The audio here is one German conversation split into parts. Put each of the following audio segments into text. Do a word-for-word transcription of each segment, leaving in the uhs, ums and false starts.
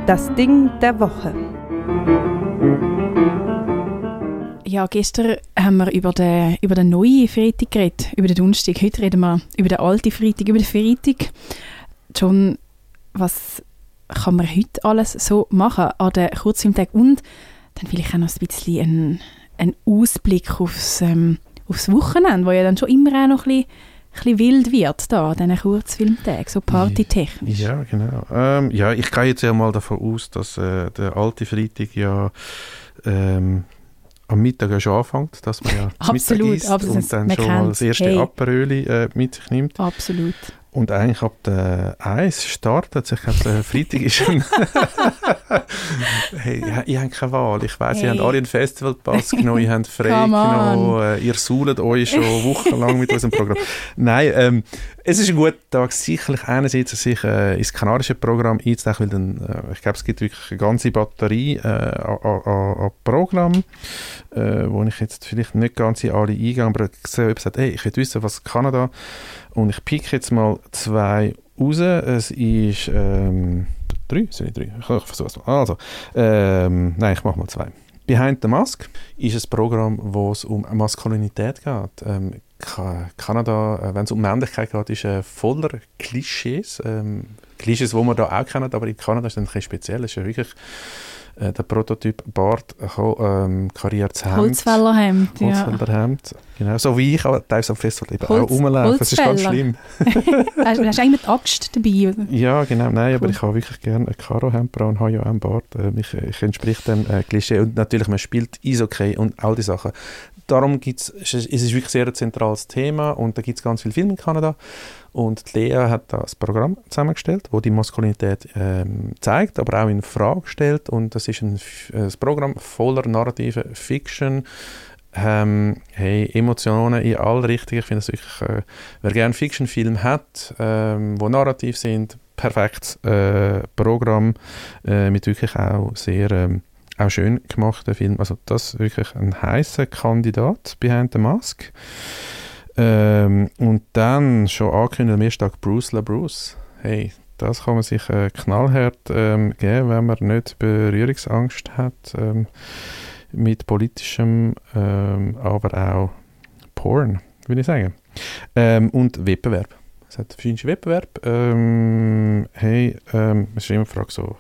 Das Ding der Woche. Ja, gestern haben wir über den, über den neuen Freitag geredet, über den Donnerstag. Heute reden wir über den alten Freitag, über den Freitag. John, was kann man heute alles so machen an den Kurzfilmtag? Und dann vielleicht auch noch ein bisschen einen, einen Ausblick aufs, ähm, aufs Wochenende, wo ja dann schon immer auch noch ein bisschen, ein bisschen wild wird, da, an diesen Kurzfilmtagen, so partytechnisch. Ja, genau. Ähm, ja, ich gehe jetzt ja mal davon aus, dass äh, der alte Freitag ja ähm, am Mittag ja schon anfängt, dass man ja das absolut, Mittag isst absolut. und dann Man schon mal das erste hey. Aperöli äh, mit sich nimmt. Absolut. Und eigentlich ab der eins startet, ich glaube, der Freitag ist schon... hey, ich habe keine Wahl. Ich weiss, hey. Ihr habt alle einen Festivalpass genommen, ihr habt frei genommen, äh, ihr saulet euch schon wochenlang mit unserem Programm. Nein, ähm, es ist ein guter Tag, sicherlich einerseits sich äh, ins kanarische Programm einzudenken, weil dann, äh, ich glaube, es gibt wirklich eine ganze Batterie äh, an, an, an Programmen, äh, wo ich jetzt vielleicht nicht ganz in alle eingehe, aber ich sehe, gesagt, hey, ich will wissen, was Kanada. Und ich pick jetzt mal zwei raus. Es ist ähm, drei, sind nicht drei? Ich, ich versuche es mal. Also, ähm, nein, ich mache mal zwei. Behind the Mask ist ein Programm, wo es um Maskulinität geht. Ähm, Kanada, äh, wenn es um Männlichkeit geht, ist äh, voller Klischees. Ähm, Klischees, die wir da auch kennen, aber in Kanada ist es ein bisschen speziell. Es ist ja wirklich äh, der Prototyp Bart, ähm, kariertes Hemd. Holzfällerhemd, ja. Holzfällerhemd, genau. So wie ich, aber teils am Festival eben Holz, auch rumlaufen. Das ist ganz schlimm. Hast du eigentlich mit Axt dabei? Oder? Ja, genau. Nein, cool. Aber ich habe wirklich gerne ein Karohemd und habe ja auch einen Bart. Ich, ich entspreche dem äh, Klischee. Und natürlich, man spielt Eishockey und all die Sachen. Darum gibt's, es ist wirklich sehr ein zentrales Thema und da gibt es ganz viele Filme in Kanada. Und Lea hat da ein Programm zusammengestellt, das die Maskulinität ähm, zeigt, aber auch in Frage stellt. Und das ist ein, ein Programm voller narrative Fiction, ähm, hey, Emotionen in alle Richtungen. Ich finde es wirklich, äh, wer gerne einen Fiction-Film hat, ähm, wo narrativ sind, perfektes äh, Programm äh, mit wirklich auch sehr ähm, auch schön gemachten Film. Also das ist wirklich ein heißer Kandidat, Behind the Mask. Ähm, und dann schon angekündigt am ersten Tag Bruce LaBruce. Hey, das kann man sich äh, knallhart ähm, geben, wenn man nicht Berührungsangst hat ähm, mit politischem, ähm, aber auch Porn, würde ich sagen. Ähm, und Wettbewerb. Es hat verschiedene Wettbewerb. Ähm, hey, ähm, es ist immer die Frage so,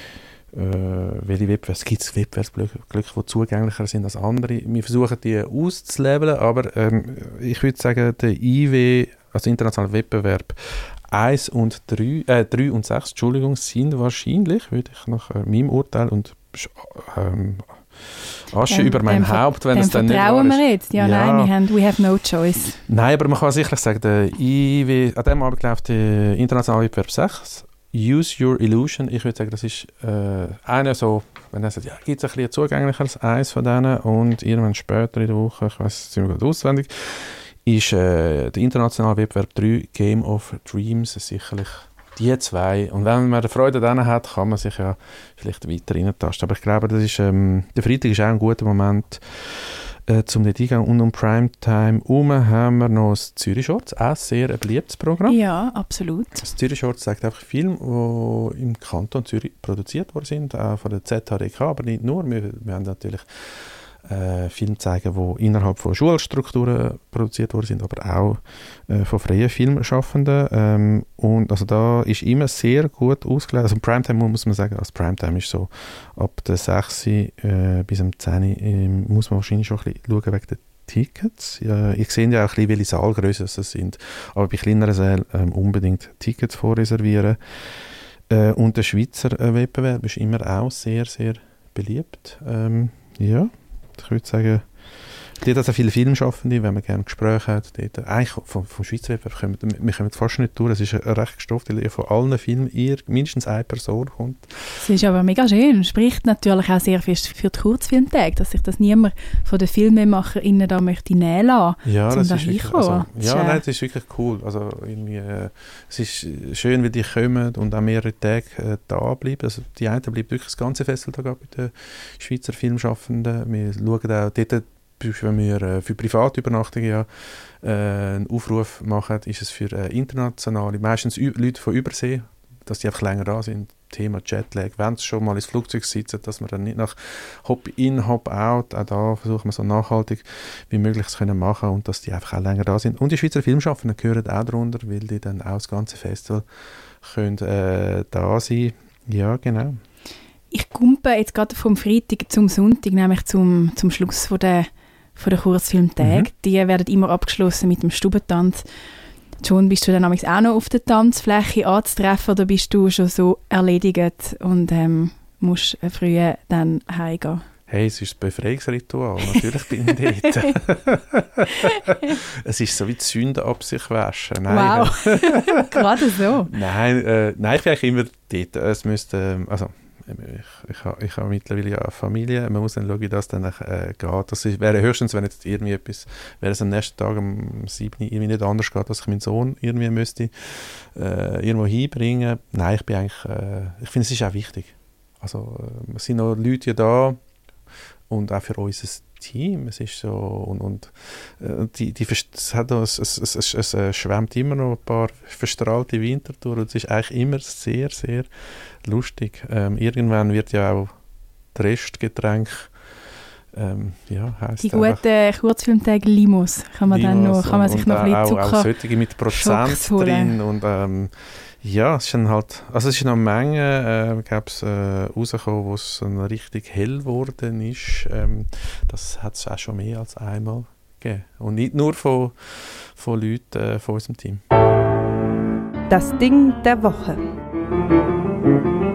Äh, welche Wettbewerbe, es gibt Wettbewerbsblöcke, die zugänglicher sind als andere. Wir versuchen, die auszuleveln, aber ähm, ich würde sagen, der I W, also internationaler Wettbewerb, eins und drei, äh, drei und sechs, Entschuldigung, sind wahrscheinlich, würde ich nach äh, meinem Urteil und ähm, Asche ähm, über mein dem Haupt, wenn es dann nicht wahr vertrauen ist. wir jetzt? Ja, ja, nein, wir haben, we have no choice. Nein, aber man kann sicherlich sagen, der I W, an diesem Abend läuft der internationale Wettbewerb sechs, Use Your Illusion. Ich würde sagen, das ist äh, einer so, wenn er sagt, ja, gibt es ein bisschen zugänglicher als eins von denen und irgendwann später in der Woche, ich weiss es ziemlich gut auswendig, ist äh, der internationale Wettbewerb drei, Game of Dreams, sicherlich die zwei. Und wenn man Freude daran hat, kann man sich ja vielleicht weiter reintasten. Aber ich glaube, das ist, ähm, der Freitag ist auch ein guter Moment, Äh, zum nicht eingehen. Und um Primetime herum haben wir noch das Zürich Shorts, auch sehr ein beliebtes Programm. Ja, absolut. Das Zürich Shorts zeigt einfach Filme, die im Kanton Zürich produziert worden sind, auch von der Z H D K, aber nicht nur. Wir, wir haben natürlich äh, Filme zeigen, die innerhalb von Schulstrukturen produziert worden sind, aber auch äh, von freien Filmschaffenden. Ähm, und also da ist immer sehr gut ausgelegt. Also Primetime muss man sagen, also Primetime ist so ab der sechs äh, bis am zehn äh, muss man wahrscheinlich schon ein bisschen schauen wegen der Tickets. Ja, ich sehe ja auch ein bisschen, welche Saalgrössen es sind. Aber bei kleineren Sälen ähm, unbedingt Tickets vorreservieren. Äh, und der Schweizer äh, Wettbewerb ist immer auch sehr, sehr beliebt. Ähm, ja, ich würde sagen, dort hat es viele Filmschaffende, wenn man gerne Gespräche hat. Dort, eigentlich vom, vom Schweizer Wettbewerb kommen wir, wir kommen fast nicht durch. Es ist recht gestofft, weil von allen Filmen ihr mindestens eine Person kommt. Es ist aber mega schön. Spricht natürlich auch sehr viel für die Kurzfilmtage, dass sich das niemand von den FilmemacherInnen da möchte nähen lassen, ja, um das da ist wirklich, hinkommen. also, ja, ja, nein, das ist wirklich cool. Also irgendwie, äh, es ist schön, wie die kommen und auch mehrere Tage äh, da bleiben. Also die einen bleibt wirklich das ganze Festival bei den Schweizer Filmschaffenden. Wir schauen auch dort, wenn wir äh, für Privatübernachtungen ja, äh, einen Aufruf machen, ist es für äh, internationale, meistens Ü- Leute von Übersee, dass die einfach länger da sind. Thema Jetlag, wenn sie schon mal ins Flugzeug sitzen, dass man dann nicht nach Hop-in, Hop-out, auch da versuchen wir so nachhaltig wie möglich zu können machen und dass die einfach auch länger da sind. Und die Schweizer Filmschaffenden gehören auch darunter, weil die dann auch das ganze Festival können, äh, da sein. Ja, genau. Ich kumpe jetzt gerade vom Freitag zum Sonntag, nämlich zum, zum Schluss von der, von der Kurzfilmtage. Mhm. Die werden immer abgeschlossen mit dem Stubentanz. John, bist du dann auch noch auf der Tanzfläche anzutreffen oder bist du schon so erledigt und ähm, musst früh dann heimgehen? Hey, es ist ein Befreiungsritual, natürlich bin ich dort. Es ist so wie die Sünde ab sich waschen. Nein, wow, gerade so. Nein, äh, nein, ich bin eigentlich immer dort. Es müsste, also, ich, ich, habe, ich habe mittlerweile ja eine Familie, man muss dann schauen, wie das dann äh, geht. Das ist, wäre höchstens, wenn jetzt irgendwie etwas, wäre es am nächsten Tag um sieben Uhr irgendwie nicht anders geht, dass ich meinen Sohn irgendwie müsste äh, irgendwo hinbringen. Nein, ich bin eigentlich, äh, ich finde, es ist auch wichtig. Also, äh, es sind noch Leute da, und auch für unser Team. Es ist so, und, und äh, die, die, es, hat auch, es, es, es, es, es schwemmt immer noch ein paar verstrahlte Wintertouren und es ist eigentlich immer sehr, sehr lustig. Ähm, irgendwann wird ja auch das Restgetränk ähm, ja, heisst die guten Kurzfilmtage Limos kann man, dann noch, kann man sich noch ein bisschen Zucker auch solche mit Prozent drin und ähm, ja, es ist dann halt, also es ist noch eine Menge, äh, gab es äh, rausgekommen, wo es dann richtig hell geworden ist. Ähm, das hat es auch schon mehr als einmal gegeben. Und nicht nur von, von Leuten äh, von unserem Team. Das Ding der Woche.